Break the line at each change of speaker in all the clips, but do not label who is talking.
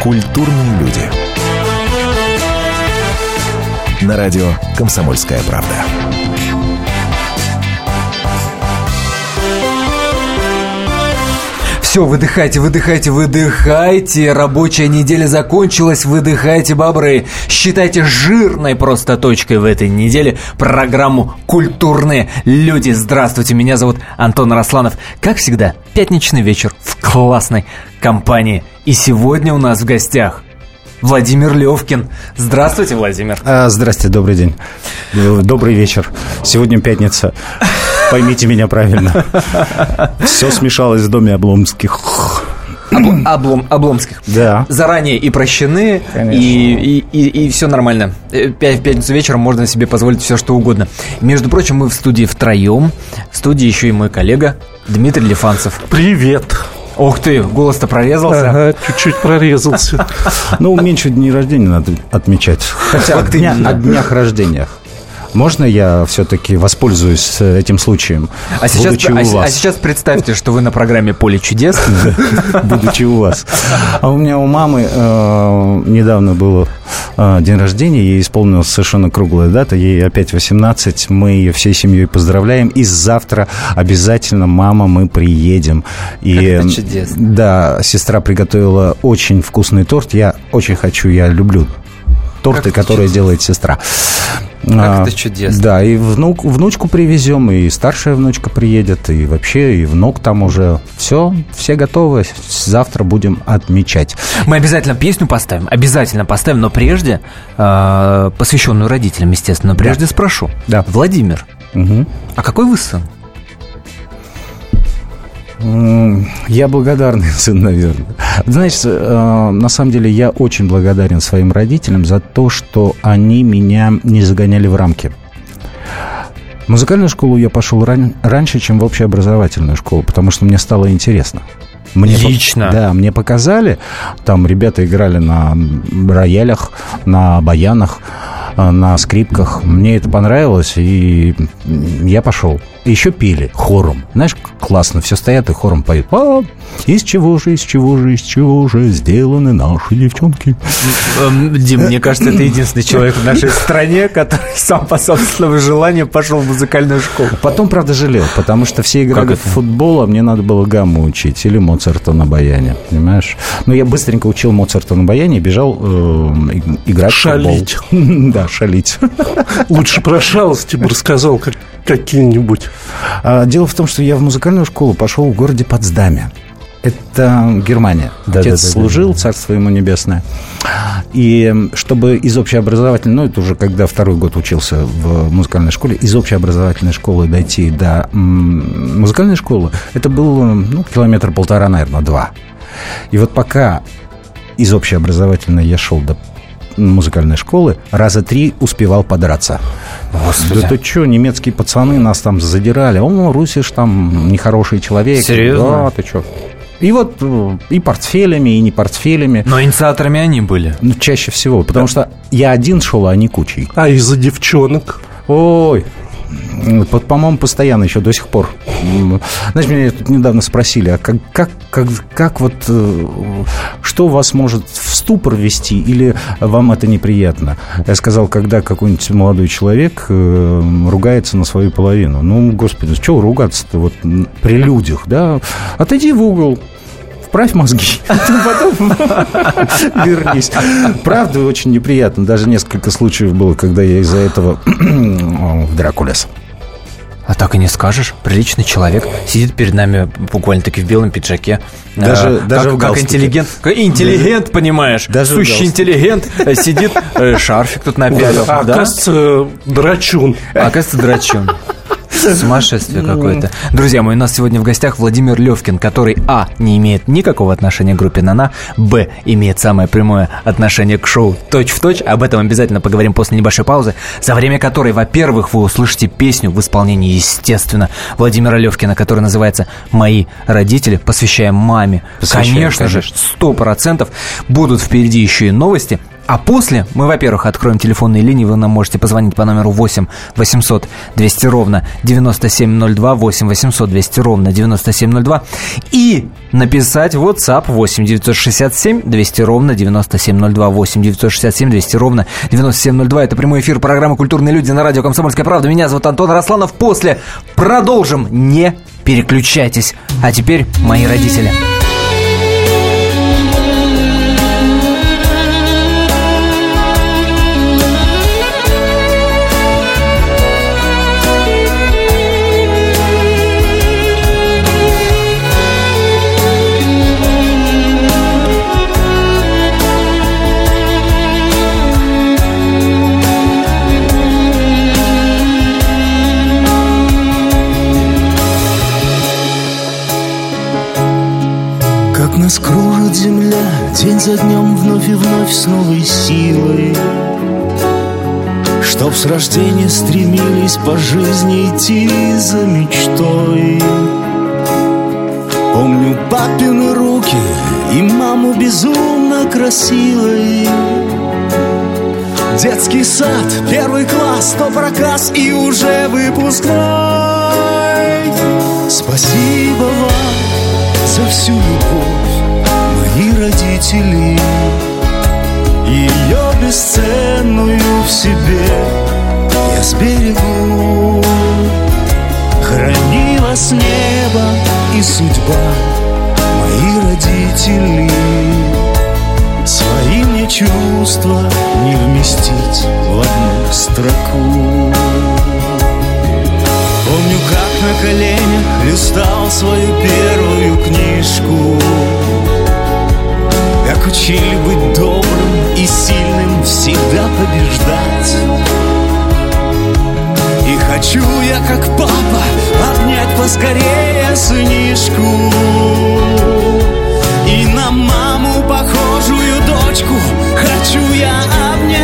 Культурные люди. На радио «Комсомольская правда».
Все, выдыхайте, выдыхайте, выдыхайте. Рабочая неделя закончилась. Выдыхайте, бобры. Считайте жирной просто точкой в этой неделе программу «Культурные люди». Здравствуйте, меня зовут Антон Росланов. Как всегда, пятничный вечер в классной компании. И сегодня у нас в гостях Владимир Левкин. Здравствуйте, Владимир.
Здрасте, добрый день. Добрый вечер. Сегодня пятница. Поймите меня правильно. Все смешалось в доме Обломских.
Обломских.
Да.
Заранее и прощены, и все нормально. В пятницу вечером можно себе позволить все, что угодно. Между прочим, мы в студии втроем. В студии еще и мой коллега Дмитрий Лифанцев.
Привет.
Ух ты, голос-то прорезался.
Ага, чуть-чуть прорезался.
Ну, меньше дней рождения надо отмечать. Хотя о днях рождениях. Можно я все-таки воспользуюсь этим случаем,
сейчас представьте, что вы на программе «Поле чудес».
Будучи у вас. А у меня у мамы недавно был день рождения, ей исполнилась совершенно круглая дата, ей опять 18, мы ее всей семьей поздравляем, и завтра обязательно, мама, мы приедем. И,
как это чудесно.
Да, сестра приготовила очень вкусный торт, я очень хочу, я люблю торты, которые делает сестра.
Как это чудесно.
Да, и внучку привезем, и старшая внучка приедет, и вообще, и внук там уже. Все готовы, завтра будем отмечать.
Мы обязательно песню поставим, но прежде, посвященную родителям, естественно, прежде спрошу.
Да.
Владимир, а какой вы сын?
Я благодарный сын, наверное. Знаете, на самом деле я очень благодарен своим родителям за то, что они меня не загоняли в рамки. В музыкальную школу я пошел раньше, чем в общеобразовательную школу, потому что мне стало интересно.
Лично?
Да, мне показали, там ребята играли на роялях, на баянах, на скрипках. Мне это понравилось, и я пошел. Еще пели хором. Знаешь, классно, все стоят и хором поют. Из чего же сделаны наши девчонки?
Дим, мне кажется, это единственный человек в нашей стране, который сам по собственному желанию пошел в музыкальную школу.
Потом, правда, жалел, потому что все играли в футбол, а мне надо было гамму учить или Моцарта на баяне, понимаешь? Ну, я быстренько учил Моцарта на баяне и бежал играть
шалить.
В футбол. Да, шалить.
Лучше про шалости бы рассказал какие-нибудь.
Дело в том, что я в музыкальную школу пошел в городе Потсдаме. Это Германия. Отец служил, царство ему небесное. И чтобы из общеобразовательной, это уже когда второй год учился в музыкальной школе, из общеобразовательной школы дойти до музыкальной школы, это было километр полтора, наверное, 2. И вот пока из общеобразовательной я шел до музыкальной школы, раза 3 успевал подраться.
Господи.
Да ты что, немецкие пацаны нас там задирали. Русиш там нехороший человек.
Серьезно?
Да, ты что? И вот и портфелями, и не портфелями.
Но инициаторами они были.
Чаще всего, потому что я один шел, а они кучей.
А из-за девчонок?
Ой, по-моему, постоянно еще до сих пор. Знаешь, меня тут недавно спросили, а как вот, что вас может в ступор ввести, или вам это неприятно? Я сказал, когда какой-нибудь молодой человек ругается на свою половину. Ну, господи, чего ругаться-то вот при людях, да? Отойди в угол. Вправь мозги, потом вернись. Правда, очень неприятно. Даже несколько случаев было, когда я из-за этого в драку лез.
А так и не скажешь. Приличный человек сидит перед нами буквально-таки в белом пиджаке.
Даже в
как интеллигент. Интеллигент, понимаешь.
Даже
сущий интеллигент сидит, шарфик тут напялил.
Оказывается, драчун.
Сумасшествие какое-то. Друзья мои, у нас сегодня в гостях Владимир Левкин, который, а, не имеет никакого отношения к группе «На-на», б, имеет самое прямое отношение к шоу «Точь в точь». Об этом обязательно поговорим после небольшой паузы, за время которой, во-первых, вы услышите песню в исполнении, естественно, Владимира Левкина, которая называется «Мои родители», посвящаем маме. Конечно же, 100%. Будут впереди еще и новости. А после мы, во-первых, откроем телефонные линии. Вы нам можете позвонить по номеру 8 800 200 ровно 9702, 8 800 200 ровно 9702. И написать в WhatsApp 8 967 200 ровно 9702, 8 967 200 ровно 9702. Это прямой эфир программы «Культурные люди» на радио «Комсомольская правда». Меня зовут Антон Арасланов. После продолжим. Не переключайтесь. А теперь мои родители.
Как нас кружит земля день за днем, вновь и вновь с новой силой, чтоб с рождения стремились по жизни идти за мечтой. Помню папины руки и маму безумно красивой. Детский сад, первый класс, то проказ и уже выпускной. Спасибо вам за всю любовь, мои родители. Ее бесценную в себе я сберегу. Храни вас небо и судьба, мои родители. Свои мне чувства не вместить в одну строку. Помню, как на коленях листал свою первую книжку, как учили быть добрым и сильным, всегда побеждать. И хочу я, как папа, обнять поскорее сынишку и на маму похожую дочку хочу я обнять.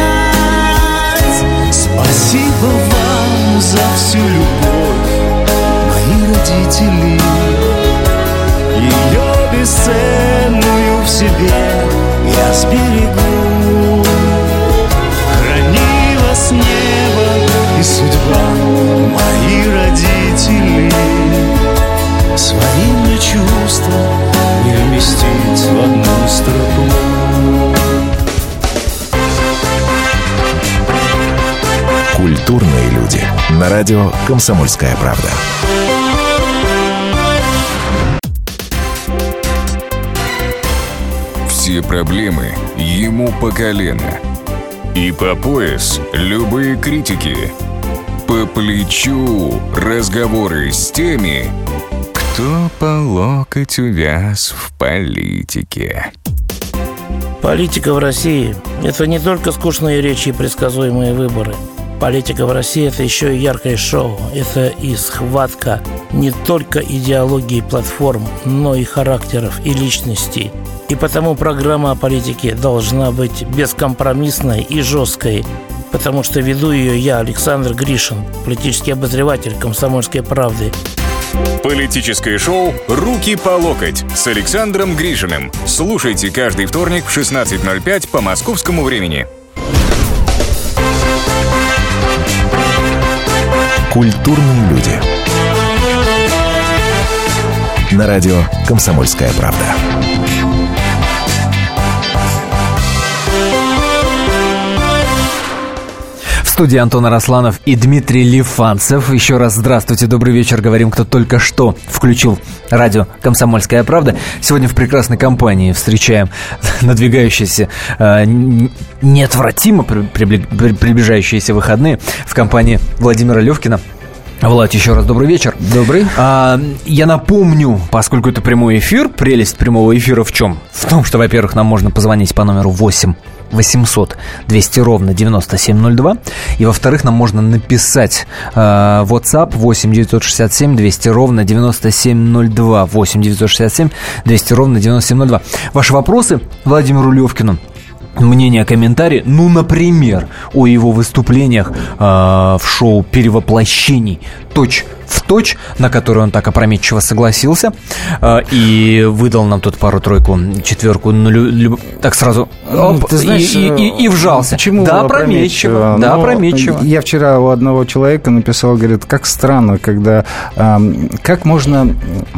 Спасибо вам за всю любовь, мои родители. Ее бесценную в себе я сберегу. Храни вас небо и судьба, мои родители. Свои мне чувства не вместить в одну строку.
Культурные люди. На радио «Комсомольская правда».
Все проблемы ему по колено. И по пояс любые критики. По плечу разговоры с теми, кто по локоть увяз в политике.
Политика в России – это не только скучные речи и предсказуемые выборы. Политика в России – это еще и яркое шоу. Это и схватка не только идеологии платформ, но и характеров и личностей. И потому программа о политике должна быть бескомпромиссной и жесткой, потому что веду ее я, Александр Гришин, политический обозреватель «Комсомольской правды».
Политическое шоу «Руки по локоть» с Александром Гришиным. Слушайте каждый вторник в 16:05 по московскому времени.
Культурные люди. На радио «Комсомольская правда».
В студии Антон Арасланов и Дмитрий Лифанцев. Еще раз здравствуйте, добрый вечер. Говорим, кто только что включил радио «Комсомольская правда». Сегодня в прекрасной компании встречаем надвигающиеся, неотвратимо приближающиеся выходные в компании Владимира Левкина. Влад, еще раз добрый вечер.
Добрый.
Я напомню, поскольку это прямой эфир, прелесть прямого эфира в чем? В том, что, во-первых, нам можно позвонить по номеру 8 800 200 ровно 9702. И, во-вторых, нам можно написать WhatsApp 8 967 200 ровно 9702. 8 967 200 ровно 9702. Ваши вопросы Владимиру Левкину мнения, комментарии, ну, например, о его выступлениях в шоу «Перевоплощений. Точь в точь», на который он так опрометчиво согласился и выдал нам тут пару-тройку, четверку, так сразу оп,
ты знаешь,
и вжался.
Почему
да, опрометчиво. Да, опрометчиво.
Я вчера у одного человека написал, говорит, как странно, когда... как можно...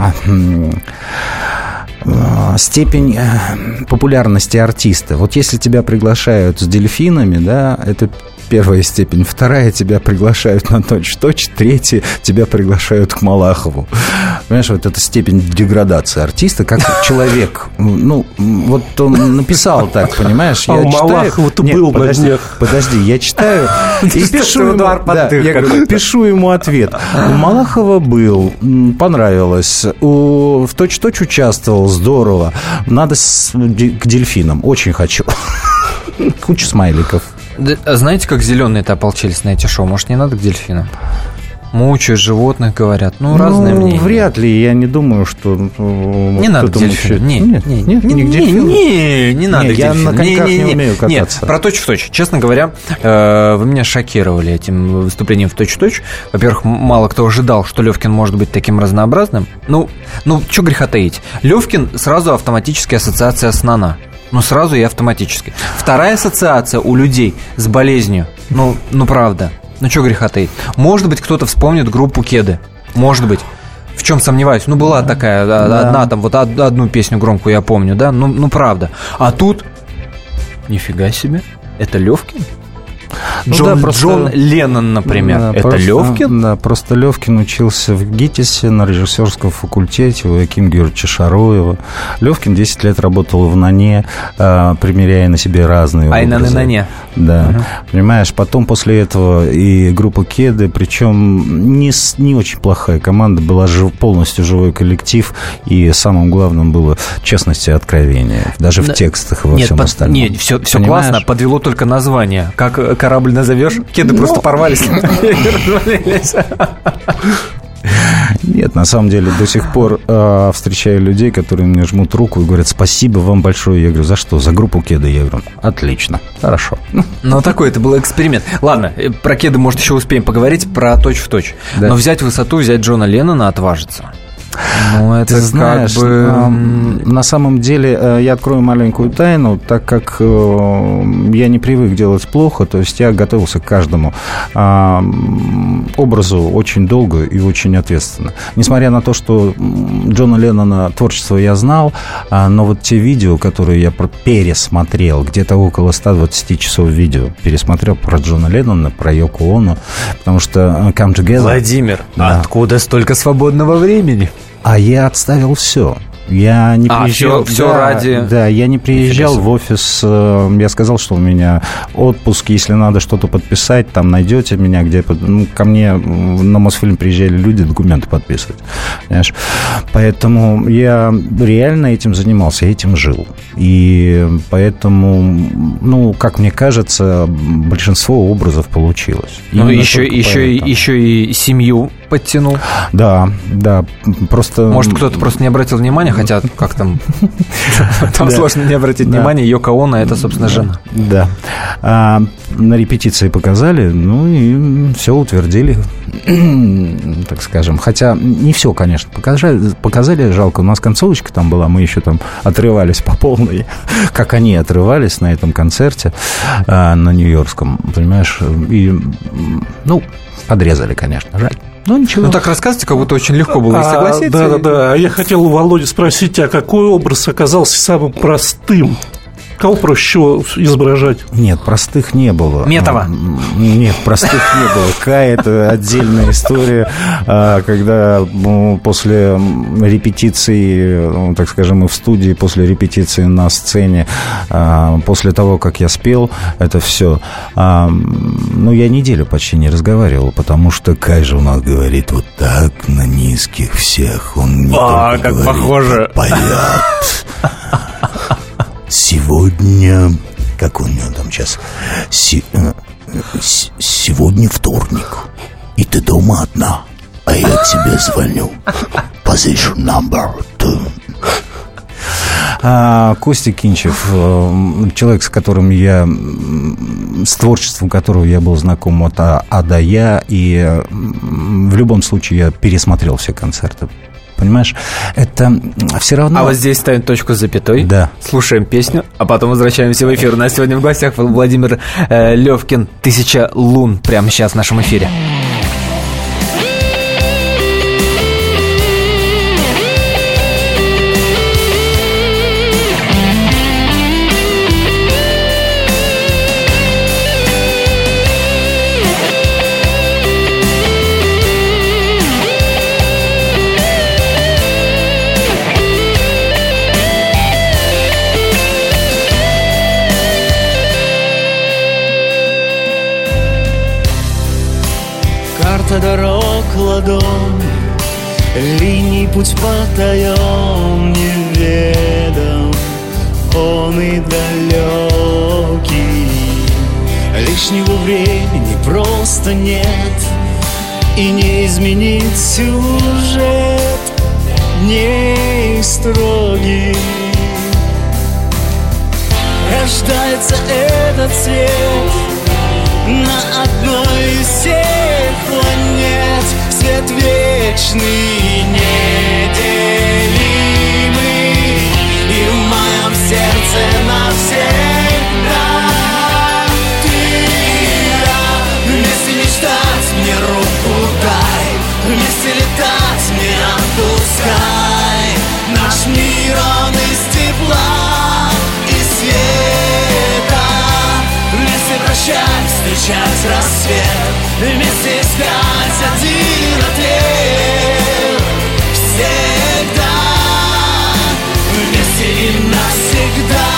степень популярности артиста. Вот если тебя приглашают с дельфинами, да, это первая степень. Вторая, тебя приглашают на точь-в-точь. Третья, тебя приглашают к Малахову. Понимаешь, вот эта степень деградации артиста, как человек. Ну, вот он написал так, понимаешь?
А у Малахова-то был на днях.
Подожди, я читаю и пишу ему, я говорю, пишу ему ответ. У Малахова был, понравилось. В точь-в-точь участвовал, здорово. Надо к дельфинам, очень хочу. Куча смайликов.
А знаете, как зеленые-то ополчились на эти шоу? Может, не надо к дельфинам? Мучают животных, говорят. Ну, разные мнения.
Вряд ли, я не думаю, что...
Не надо к дельфинам.
Не
надо к
дельфинам. Я на коньках не умею кататься.
Нет, про точь-в-точь. Честно говоря, вы меня шокировали этим выступлением в точь-в-точь. Во-первых, мало кто ожидал, что Левкин может быть таким разнообразным. Ну, что греха таить. Левкин сразу автоматически ассоциация с Нана. Ну, сразу и автоматически. Вторая ассоциация у людей с болезнью. Ну, правда. Ну, что греха таить. Может быть, кто-то вспомнит группу «Кеды». Может быть. В чем сомневаюсь. Ну, была такая одна там, вот одну песню громкую я помню, да? Ну, правда. А тут... Нифига себе. Это Левкин? Джон Леннон, например.
Да,
это Левкин?
Да, просто Левкин учился в ГИТИСе на режиссерском факультете у Якима Георгиевича Шароева. Левкин 10 лет работал в «Нане», примеряя на себе разные образы.
«Нане».
Да. Понимаешь, потом после этого и группа «Кеды», причем не очень плохая команда, была полностью живой коллектив, и самым главным было честность и откровение. Даже в текстах и во всем остальном.
Нет, все классно, подвело только название. Как корабль назовешь? «Кеды» просто порвались и развалились.
Нет, на самом деле до сих пор встречаю людей, которые мне жмут руку и говорят: спасибо вам большое. Я говорю: за что? За группу «Кеды». Я говорю: отлично, хорошо.
Ну, такой это был эксперимент. Ладно, про «Кеды», может, еще успеем поговорить, про точь-в-точь. Да. Но взять высоту, взять Джона Леннона, отважиться. Ну, это
ты знаешь,
как бы...
на самом деле, я открою маленькую тайну, так как я не привык делать плохо, то есть я готовился к каждому образу очень долго и очень ответственно. Несмотря на то, что Джона Леннона творчество я знал, но вот те видео, которые я пересмотрел, где-то около 120 часов видео пересмотрел про Джона Леннона, про Йоко Оно, потому что Come Together...
Владимир, да. Откуда столько свободного времени?
А я отставил все. Я не приезжал.
Все ради.
Да, я не приезжал в офис. Я сказал, что у меня отпуск. Если надо что-то подписать, там найдете меня, где. Ко мне на Мосфильм приезжали люди документы подписывать. Понимаешь? Поэтому я реально этим занимался, я этим жил. И поэтому, как мне кажется, большинство образов получилось.
Ну, еще и семью подтянул.
Да, просто...
Может, кто-то просто не обратил внимания, хотя как там... Там сложно не обратить внимания. Йоко Оно — это, собственно, жена.
Да. На репетиции показали, и все утвердили, так скажем. Хотя не все, конечно, показали. Жалко, у нас концовочка там была, мы еще там отрывались по полной, как они отрывались на этом концерте на Нью-Йоркском, понимаешь? И, подрезали, конечно, жаль. Ничего.
Так рассказывайте, как будто очень легко было, согласитесь?
Да. Я хотел у Володи спросить, а какой образ оказался самым простым? Кого проще всего изображать?
Нет, простых не было.
Метова?
Нет, простых не было. Кай — это отдельная история, когда после репетиции, так скажем, мы в студии, после репетиции на сцене, после того, как я спел, это все. Я неделю почти не разговаривал, потому что Кай же у нас говорит вот так, на низких всех. Он не только
как
говорит,
похоже.
Поят. Сегодня... Как у него там сейчас? Сегодня вторник, и ты дома одна, а я тебе звоню. Position number 2. Костя Кинчев, человек, с которым с творчеством которого я был знаком от А до Я, и в любом случае я пересмотрел все концерты. Понимаешь, это все равно...
А вот здесь ставим точку с запятой.
Да.
Слушаем песню, а потом возвращаемся в эфир. У нас сегодня в гостях Владимир Левкин, «1000 лун», прямо сейчас в нашем эфире.
Дорог ладонь, линий путь потаен, неведом, он и далекий. Лишнего времени просто нет, и не изменить сюжет не строгий. Рождается этот свет на одной из всех планет, свет вечный, неделимый, и в моем сердце навсегда. Ты и я, вместе мечтать, мне руку дай, вместе летать, не отпускай. Наш мир, он из тепла и света, вместе прощать, встречать рассвет, вместе искать один ответ. Всегда вместе и навсегда.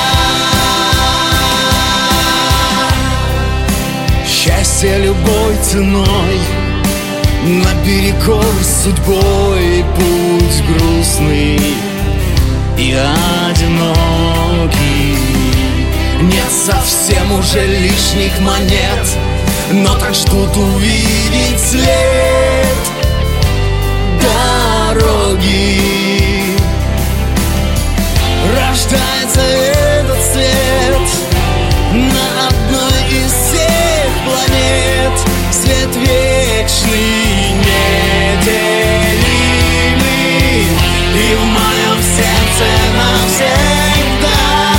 Счастье любой ценой, наперекор судьбой, путь грустный и одинокий. Нет совсем уже лишних монет, но так ждут увидеть след дороги. Рождается этот свет на одной из всех планет, свет вечный, неделимый, и в моем сердце навсегда.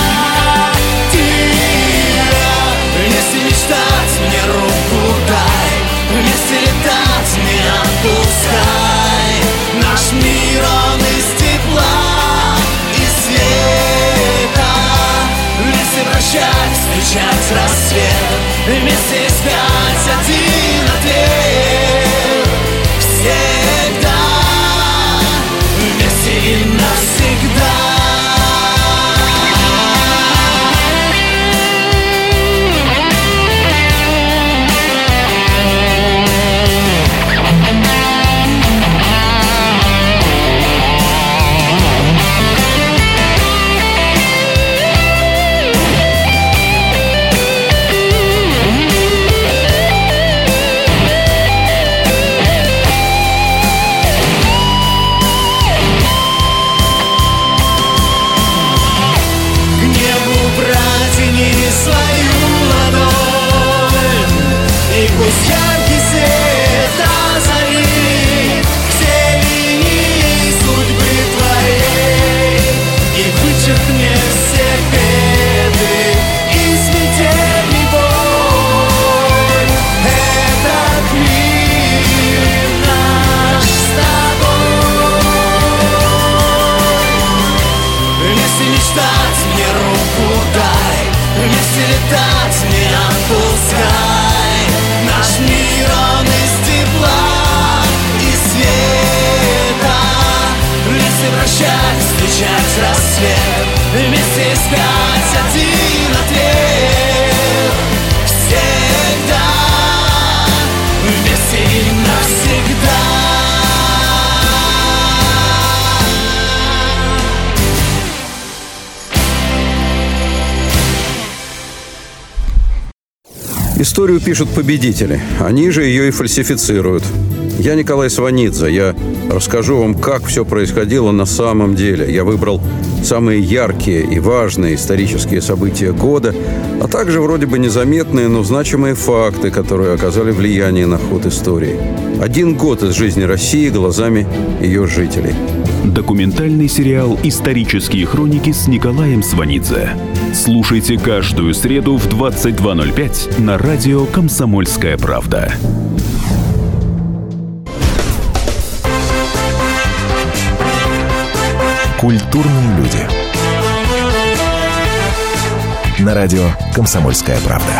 Вместе мечтать, мне руку дай, вместе летать, не отпускай. Наш мир, он из тепла и света, вместе прощать, встречать рассвет, вместе искать один ответ. Всегда вместе и навсегда. Пусть яркий свет озарит все линии судьбы твоей и вычеркнет все беды и смертельный боль. Этот мир наш с тобой. Вместе мечтать, мне руку дай, вместе летать, не отпускай. Наш мир, он из тепла и света, вместе прощать, встречать рассвет, вместе искать один ответ. Всегда вместе и навсегда.
Историю пишут победители, они же ее и фальсифицируют. Я Николай Сванидзе. Я расскажу вам, как все происходило на самом деле. Я выбрал самые яркие и важные исторические события года, а также вроде бы незаметные, но значимые факты, которые оказали влияние на ход истории. 1 год из жизни России глазами ее жителей.
Документальный сериал «Исторические хроники» с Николаем Сванидзе. Слушайте каждую среду в 22:05 на радио «Комсомольская правда».
Культурные люди. На радио «Комсомольская правда».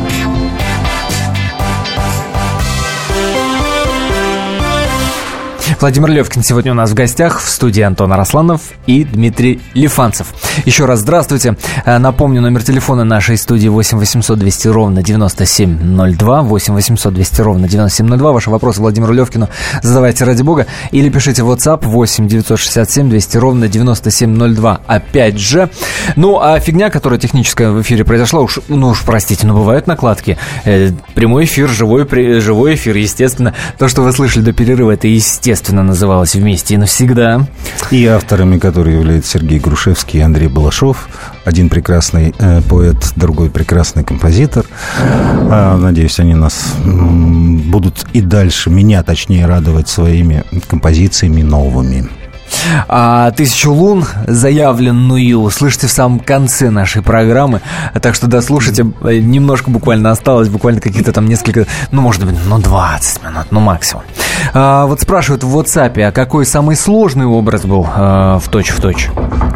Владимир Левкин сегодня у нас в гостях, в студии Антон Арасланов и Дмитрий Лифанцев. Еще раз здравствуйте. Напомню, номер телефона нашей студии 8 800 200 ровно 9702, 8 800 200 ровно 9702. Ваши вопросы Владимиру Левкину задавайте ради бога или пишите в WhatsApp 8 967 200 ровно 9702. Опять же. Ну, а фигня, которая техническая в эфире произошла, уж простите, но бывают накладки. Прямой эфир, живой эфир, естественно. То, что вы слышали до перерыва, это естественно называлось «Вместе и навсегда».
И авторами, которые являются Сергей Грушевский и Андрей Балашов. Один прекрасный поэт, другой прекрасный композитор. Надеюсь, они нас будут и дальше, меня точнее, радовать своими композициями новыми.
А «Тысячу лун» заявленную слышите в самом конце нашей программы. Так что дослушайте. Немножко буквально осталось. Буквально какие-то там несколько, может быть, 20 минут, максимум. Вот спрашивают в WhatsApp, а какой самый сложный образ был в точь-в-точь?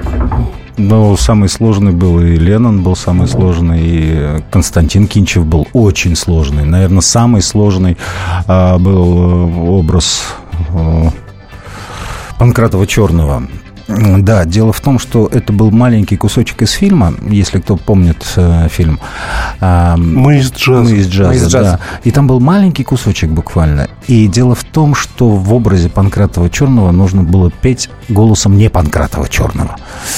Самый сложный был и Леннон был самый сложный, и Константин Кинчев был очень сложный. Наверное, самый сложный был образ Панкратова Черного. Да, дело в том, что это был маленький кусочек из фильма, если кто помнит фильм
«Мы из джаза».
Да. И там был маленький кусочек буквально. И дело в том, что в образе Панкратова Черного нужно было петь голосом не Панкратова Черного.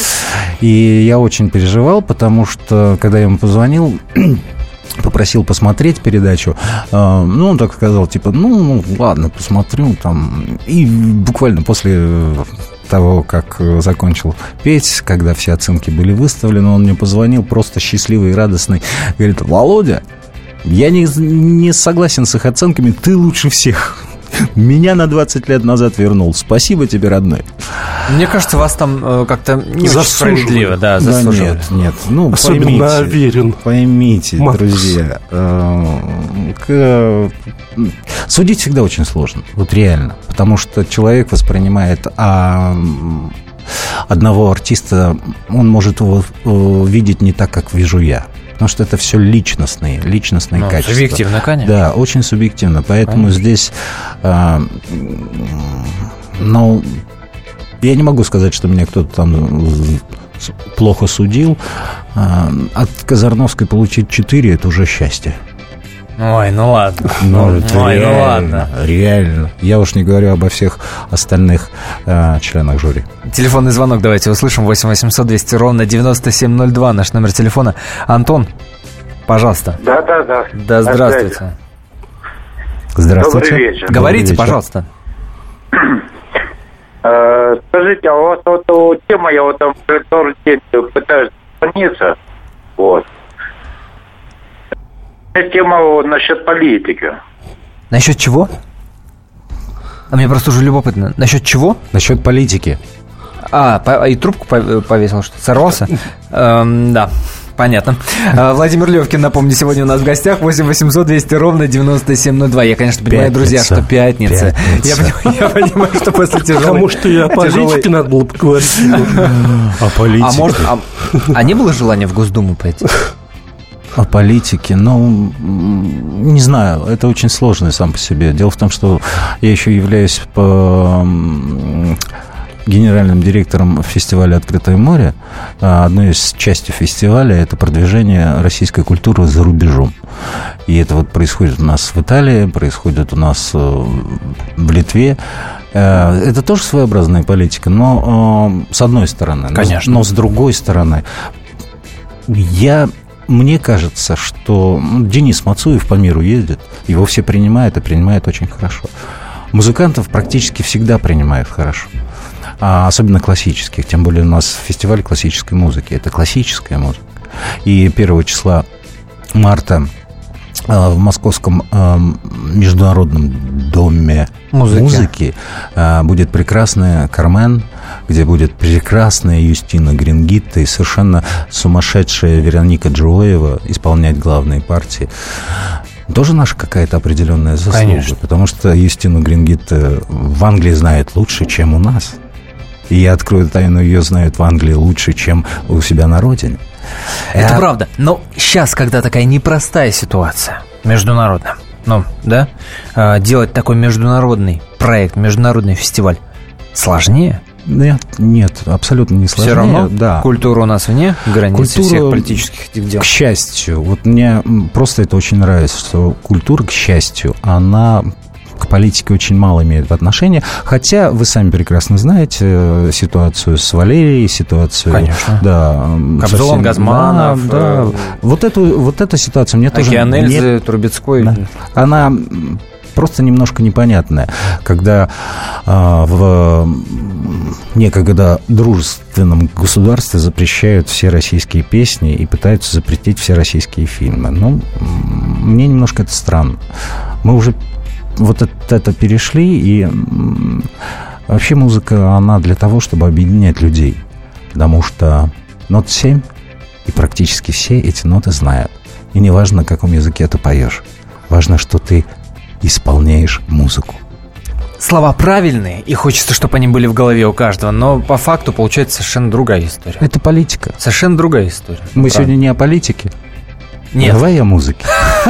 И я очень переживал, потому что, когда я ему позвонил, попросил посмотреть передачу, он так сказал, ладно, посмотрю там. И буквально после того, как закончил петь, когда все оценки были выставлены, он мне позвонил, просто счастливый и радостный. Говорит: Володя, я не согласен с их оценками, ты лучше всех. Меня на 20 лет назад вернул. Спасибо тебе, родной.
Мне кажется, вас там как-то не очень справедливо. Да,
заслуживают. Нет.
Особенно Аверин.
Поймите, друзья. Судить всегда очень сложно. Вот реально. Потому что человек воспринимает одного артиста, он может его видеть не так, как вижу я. Потому что это все личностные качества.
Субъективно, конечно.
Да, очень субъективно. Поэтому здесь... я не могу сказать, что меня кто-то там плохо судил. От Казарновской получить 4 – это уже счастье.
Ой, ладно.
Ладно. Реально. Я уж не говорю обо всех остальных членах жюри.
Телефонный звонок давайте услышим. 8 800 200 ровно 9702. Наш номер телефона. Антон, пожалуйста.
Да.
Да, здравствуйте.
Здравствуйте.
Добрый вечер.
Говорите, пожалуйста.
Скажите, а у вас тема, я там который день пытаюсь звониться, Тема насчет политики.
Насчет чего? Мне просто уже любопытно. Насчет чего?
Насчет политики.
И трубку повесил, что сорвался? Да, понятно. Владимир Левкин, напомню, сегодня у нас в гостях. 8 800 200 ровно 9702. Я, конечно, понимаю, друзья, что пятница. Я понимаю, что после тяжелой...
Потому что и о политике надо было поговорить.
О политике.
А не было желания в Госдуму пойти?
О политике, не знаю, это очень сложно сам по себе. Дело в том, что я еще являюсь генеральным директором фестиваля «Открытое море». Одной из частей фестиваля – это продвижение российской культуры за рубежом. И это происходит у нас в Италии, происходит у нас в Литве. Это тоже своеобразная политика, но с одной стороны.
Конечно.
Но с другой стороны, мне кажется, что Денис Мацуев по миру ездит, его все принимают, и принимают очень хорошо. Музыкантов практически всегда принимают хорошо. Особенно классических. Тем более у нас фестиваль классической музыки. Это классическая музыка. И 1 числа марта в Московском международном доме музыки будет прекрасная «Кармен», где будет прекрасная Юстина Грингитта и совершенно сумасшедшая Вероника Джуоева исполнять главные партии. Тоже наша какая-то определенная заслуга. Конечно. Потому что Юстину Грингитта в Англии знают лучше, чем у нас. И я открою тайну, ее знают в Англии лучше, чем у себя на родине.
Это правда. Но сейчас, когда такая непростая ситуация международная, делать такой международный проект, международный фестиваль сложнее?
Нет, абсолютно не сложнее.
Все равно
да.
Культура у нас вне границ всех политических дел.
К счастью, вот мне просто это очень нравится, что культура, к счастью, она к политике очень мало имеет отношения. Хотя вы сами прекрасно знаете ситуацию с Валерией, ситуацию...
Конечно.
Да,
Кобзон, Газманов.
Да. Вот эту ситуацию мне тоже...
Океанельзы, Трубецкой.
Да. Она просто немножко непонятная. Когда в некогда дружественном государстве запрещают все российские песни и пытаются запретить все российские фильмы. Мне немножко это странно. Мы уже вот это перешли, и вообще музыка, она для того, чтобы объединять людей. Потому что нот 7, и практически все эти ноты знают. И не важно, на каком языке ты поешь. Важно, что ты исполняешь музыку.
Слова правильные, и хочется, чтобы они были в голове у каждого, но по факту получается совершенно другая история.
Это политика.
Совершенно другая история.
Мы сегодня не о политике.
Нет.
Давай о музыке.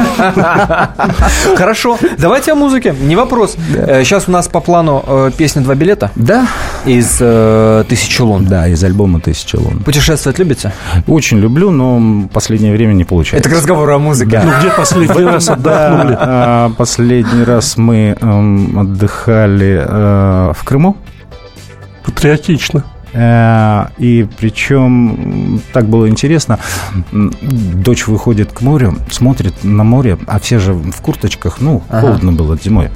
Хорошо, давайте о музыке, не вопрос. Сейчас у нас по плану песня «Два билета».
Да.
Из «Тысячи лун».
Да, из альбома «Тысяча лун».
Путешествовать любите?
Очень люблю, но в последнее время не получается.
Это к разговору о музыке.
Да. Где последний раз отдохнули?
Последний раз мы отдыхали в Крыму.
Патриотично.
И причем так было интересно. Дочь выходит к морю, смотрит на море, а все же в курточках, холодно было зимой.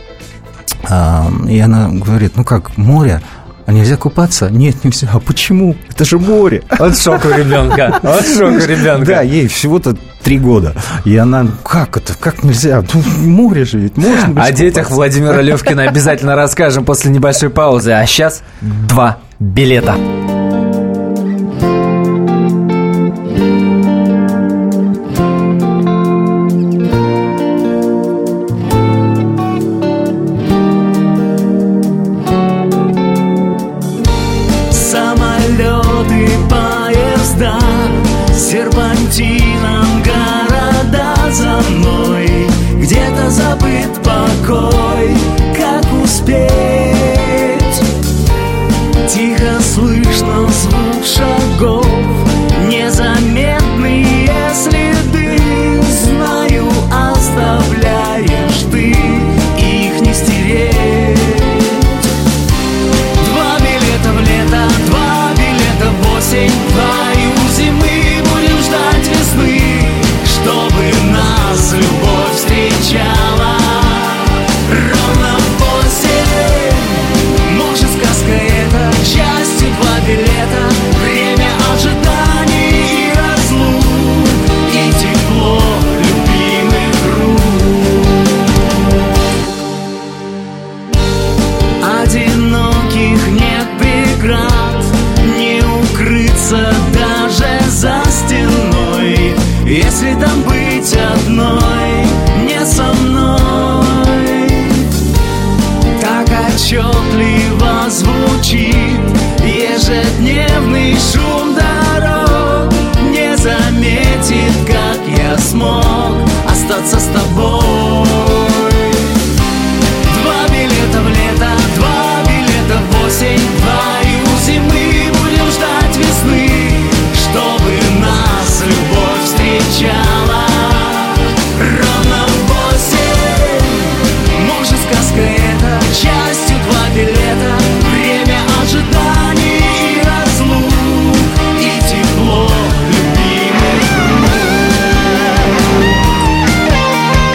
И она говорит, как море? А нельзя купаться? Нет, нельзя. А почему? Это же море.
Вот шок у ребенка.
Да, ей всего-то 3 года. И она, как это? Как нельзя? Море же ведь можно.
О детях Владимира Левкина обязательно расскажем после небольшой паузы. А сейчас 2 билета.
Самолеты, поезда, серпантином города за мной. Где-то забыт покой, как успеть. Тихо слышно звук шагов, незаметные следы. Знаю, оставляешь ты, их не стереть. 2 билета в лето, 2 билета в осень, 2 у зимы. Будем ждать весны, чтобы нас любовь встречала. Ровно в 8, может, сказка это, к счастью, 2 билета. Время ожиданий и разлук, и тепло любимых рук. Одиноких нет преград, не укрыться даже за стеной. Если там быть одной, не со мной. Так отчетливо звучит ежедневный шум дорог. Не заметит, как я смог остаться с тобой. 2 билета в лето, 2 билета в осень, 2 у зимы. Будем ждать весны, чтобы нас любовь встречала. Ровно в 8, может, сказка это, к счастью, 2 билета. Время ожиданий и разлук, и тепло любимых рук.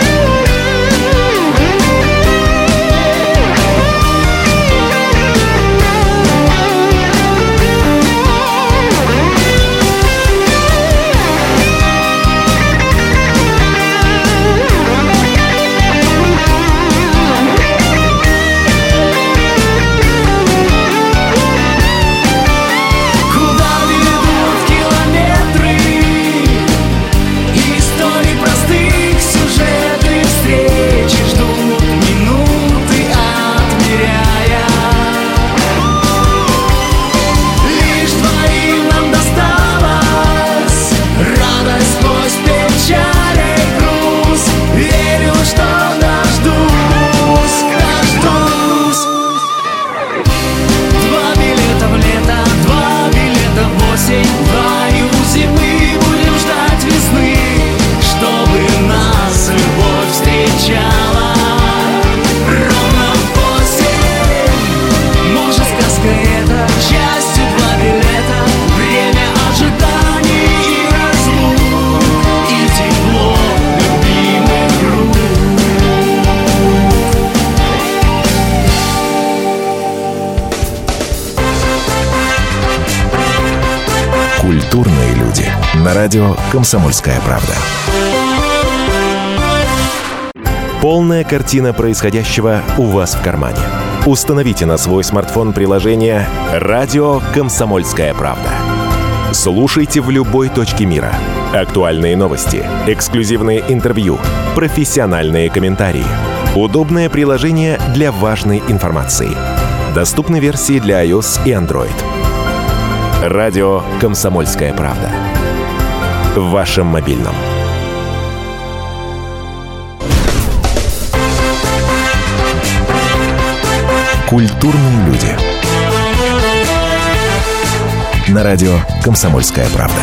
Культурные люди. На радио «Комсомольская правда».
Полная картина происходящего у вас в кармане. Установите на свой смартфон приложение «Радио Комсомольская правда». Слушайте в любой точке мира. Актуальные новости, эксклюзивные интервью, профессиональные комментарии. Удобное приложение для важной информации. Доступны версии для iOS и Android. «Радио Комсомольская правда». В вашем мобильном.
Культурные люди. На радио «Комсомольская правда».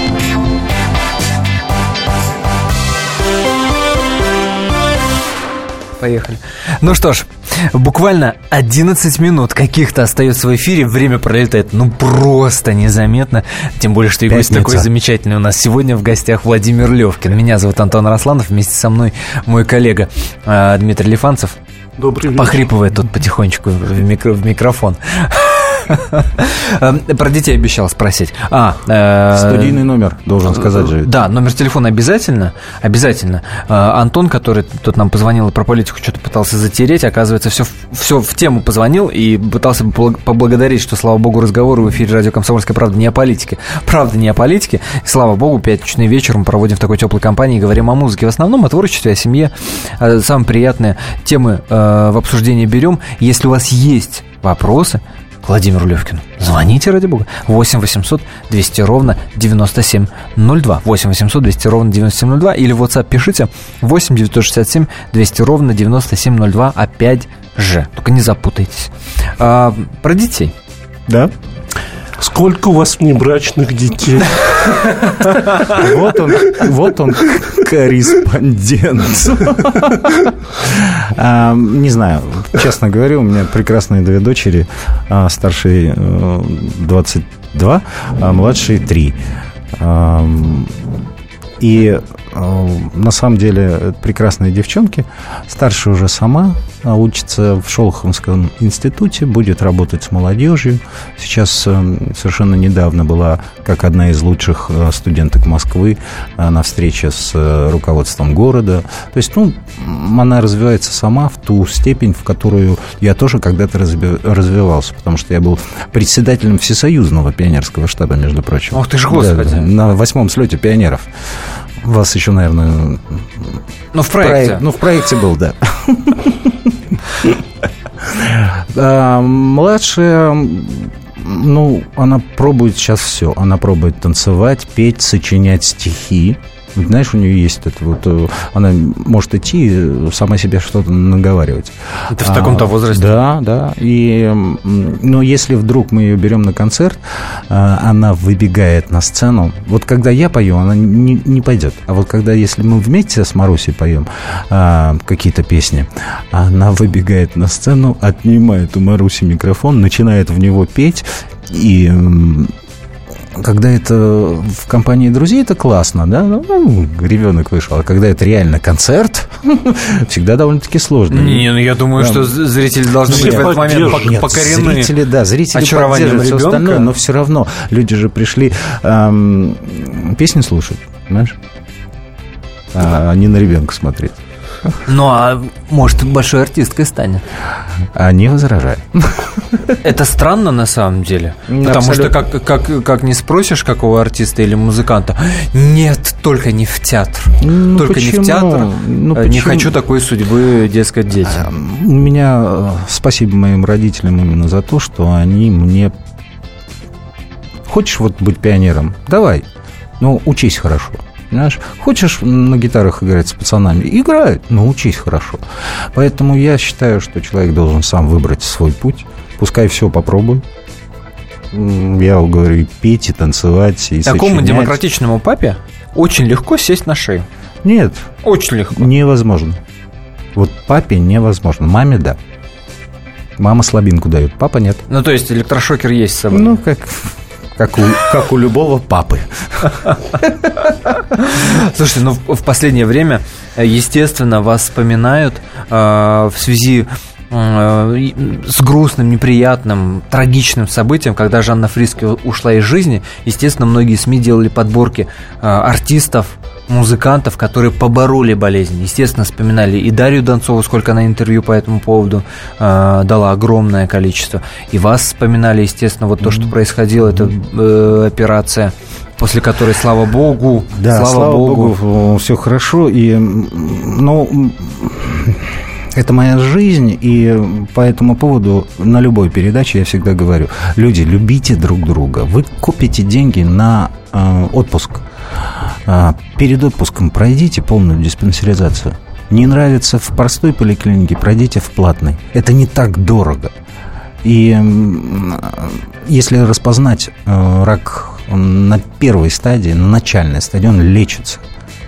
Поехали. Ну что ж, буквально 11 минут каких-то остается в эфире. Время пролетает, просто незаметно. Тем более, что и гость такой замечательный у нас. Сегодня в гостях Владимир Левкин. Меня зовут Антон Арасланов. Вместе со мной мой коллега Дмитрий Лифанцев.
Добрый вечер.
Похрипывает тут потихонечку в микрофон. Про детей обещал спросить.
Студийный номер, должен сказать же.
Да, номер телефона обязательно. Обязательно. Антон, который тут нам позвонил и про политику что-то пытался затереть, оказывается, все в тему позвонил и пытался поблагодарить, что, слава богу, разговоры в эфире радио «Комсомольская правда» не о политике. Правда, не о политике. И, слава богу, пятничный вечер мы проводим в такой теплой компании и говорим о музыке. В основном о творчестве, о семье. Самые приятные темы в обсуждение берем. Если у вас есть вопросы Владимиру Левкину, звоните, ради бога. 8 800 200 ровно 9702. 8 800 200 ровно 9702. Или в WhatsApp пишите 8 967 200 ровно 9702. Опять же, только не запутайтесь. Про детей.
Да.
Сколько у вас внебрачных детей?
Вот он, корреспондент. Не знаю, честно говоря, у меня прекрасные две дочери, старшей 22, а младшей 3. И на самом деле прекрасные девчонки. Старшая уже сама учится в Шолоховском институте, будет работать с молодежью. Сейчас совершенно недавно была, как одна из лучших студенток Москвы, на встрече с руководством города. То есть, она развивается сама в ту степень, в которую я тоже когда-то развивался, потому что я был председателем Всесоюзного пионерского штаба, между прочим.
Ох ты ж, Господи!
Да, на 8-м слете пионеров. Вас еще, наверное...
в проекте.
В проекте был, да. Младшая, она пробует сейчас все. Она пробует танцевать, петь, сочинять стихи. Знаешь, у нее есть это вот... Она может идти, сама себе что-то наговаривать.
Это в таком-то возрасте?
Да. Но если вдруг мы ее берем на концерт, она выбегает на сцену. Вот когда я пою, она не пойдет. А вот если мы вместе с Марусей поем какие-то песни, она выбегает на сцену, отнимает у Маруси микрофон, начинает в него петь. И... когда это в компании друзей, это классно, да? Ребенок вышел. А когда это реально концерт, всегда довольно-таки сложно.
Я думаю, что зрители должны быть в этот момент покорены.
Зрители поддерживают все остальное, но все равно люди же пришли песни слушать, понимаешь? А не на ребенка смотреть.
Может, большой артисткой станет.
Не возражаю.
Это странно на самом деле. Потому что как не спросишь, какого артиста или музыканта, нет, только не в театр. Только почему? Не в театр. Не хочу такой судьбы, дескать, детям.
У меня спасибо моим родителям именно за то, что они мне... Хочешь быть пионером? Давай. Учись хорошо. Понимаешь? Хочешь на гитарах играть с пацанами? Играй, но учись хорошо. Поэтому я считаю, что человек должен сам выбрать свой путь. Пускай все попробует. Я говорю, петь, и танцевать, и
такому
сочинять.
Демократичному папе очень легко сесть на шею.
Нет.
Очень легко.
Невозможно. Вот папе невозможно. Маме да. Мама слабинку дает, папа нет.
То есть электрошокер есть с собой.
Как у любого папы.
Слушайте, в последнее время, естественно, вас вспоминают в связи с грустным, неприятным, трагичным событием, когда Жанна Фриске ушла из жизни. Естественно, многие СМИ делали подборки артистов, музыкантов, которые побороли болезнь. Естественно, вспоминали и Дарью Донцову, сколько она интервью по этому поводу дала, огромное количество. И вас вспоминали, естественно, вот то, что происходило, это операция, после которой, слава богу,
да, слава богу, все хорошо. И, это моя жизнь, и по этому поводу на любой передаче я всегда говорю: люди, любите друг друга. Вы копите деньги на отпуск. Перед отпуском пройдите полную диспансеризацию. Не нравится в простой поликлинике, пройдите в платной. Это не так дорого. И если распознать рак на первой стадии, на начальной стадии, он лечится.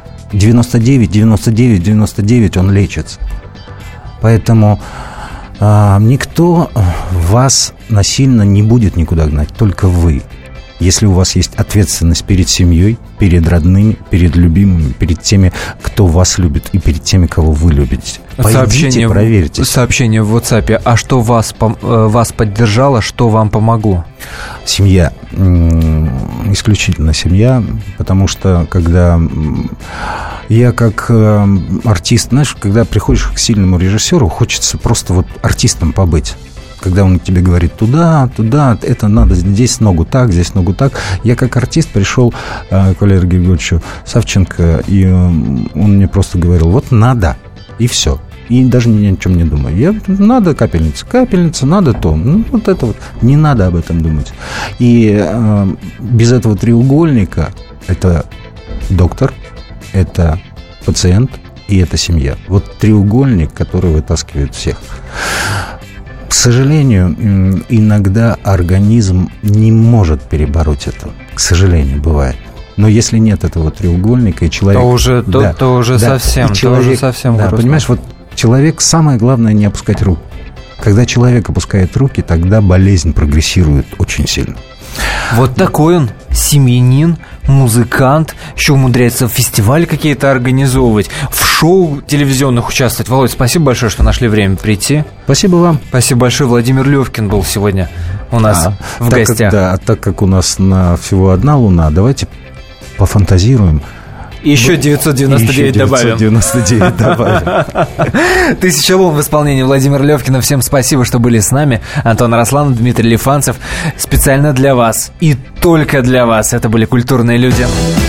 99 он лечится. Поэтому никто вас насильно не будет никуда гнать, только вы. Если у вас есть ответственность перед семьей, перед родными, перед любимыми, перед теми, кто вас любит, и перед теми, кого вы любите. Пойдите, проверьте.
Сообщение в WhatsApp. А что вас поддержало, что вам помогло?
Семья. Исключительно семья. Потому что, когда я как артист, знаешь, когда приходишь к сильному режиссеру, хочется просто вот артистом побыть. Когда он тебе говорит туда, это надо, здесь ногу так, здесь ногу так. Я как артист пришел к Валерию Григорьевичу Савченко, и он мне просто говорил: вот надо, и все. И даже ни о чем не думаю. Надо капельница, надо то. Вот это вот. Не надо об этом думать. И без этого треугольника это доктор, это пациент и это семья. Вот треугольник, который вытаскивает всех. К сожалению, иногда организм не может перебороть это. К сожалению, бывает. Но если нет этого треугольника, и человек...
То уже совсем грустно.
Понимаешь, вот человек, самое главное, не опускать рук. Когда человек опускает руки, тогда болезнь прогрессирует очень сильно.
Вот такой он, семьянин, музыкант, еще умудряется фестивали какие-то организовывать, в шоу телевизионных участвовать. Володь, спасибо большое, что нашли время прийти.
Спасибо вам.
Спасибо большое. Владимир Левкин был сегодня у нас в гостях.
Так как у нас всего одна луна, давайте пофантазируем.
Еще 999 добавим.
999 добавим.
1000 лун в исполнении Владимира Левкина. Всем спасибо, что были с нами. Антон Арасланов, Дмитрий Лифанцев. Специально для вас и только для вас. Это были «Культурные люди».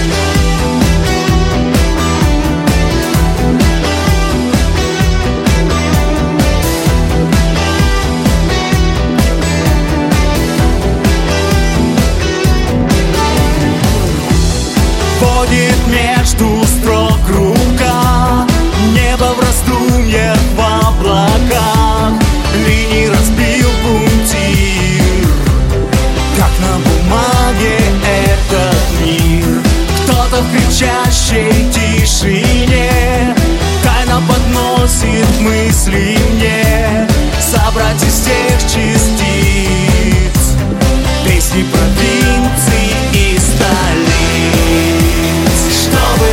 Между строк рука, небо в раздумьях в облаках, линии разбил пунктир, как на бумаге этот мир. Кто-то в кричащей тишине тайно подносит мысли мне, собрать из всех частиц песни провинций и столиц. Чтобы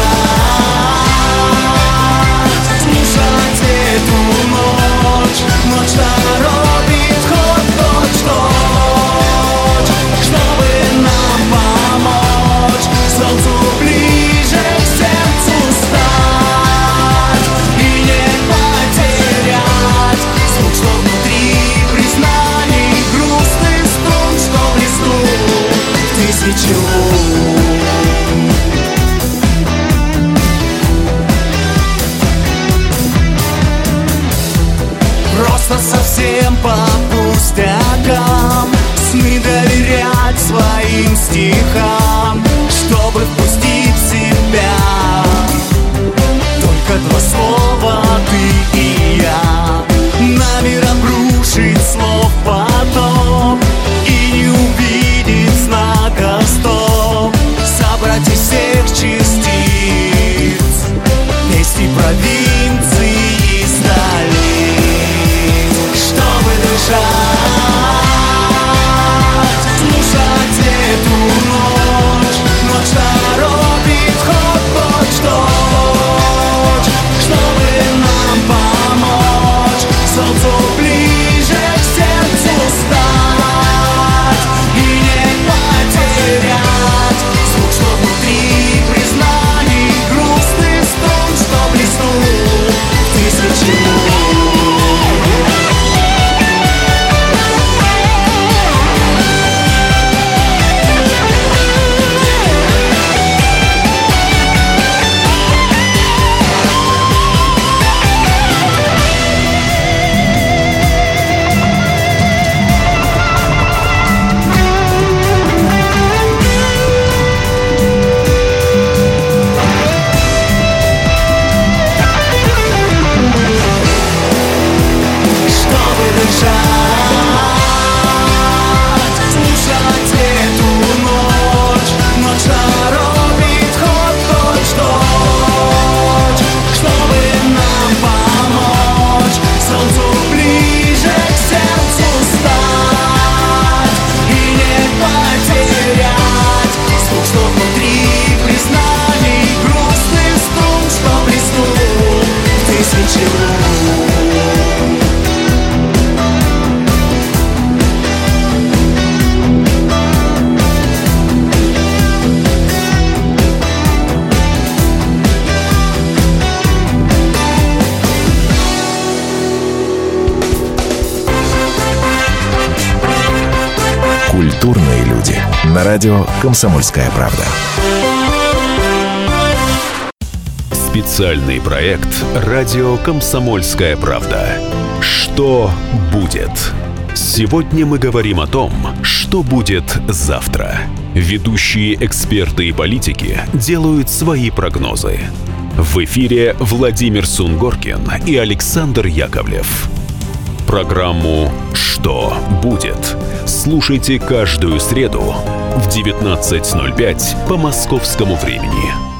дышать, слушать эту ночь, ночь торопит ход точь-в-точь, чтобы нам помочь солнцу ближе к сердцу стать и не потерять звук, что внутри признаний грустных струн, что в листу тысячи лун. Просто совсем по пустякам сны доверять своим стихам, чтобы впустить в себя только два слова ты и я. На мир обрушить слов поток и не увидеть знака стоп, собрать из всех частиц песни провинций и столиц. Чтобы дышать, слушать эту ночь, ночь дорог.
Культурные люди. На радио «Комсомольская правда».
Специальный проект «Радио Комсомольская правда». Что будет? Сегодня мы говорим о том, что будет завтра. Ведущие эксперты и политики делают свои прогнозы. В эфире Владимир Сунгоркин и Александр Яковлев. Программу «Что будет?» слушайте каждую среду в 19:05 по московскому времени.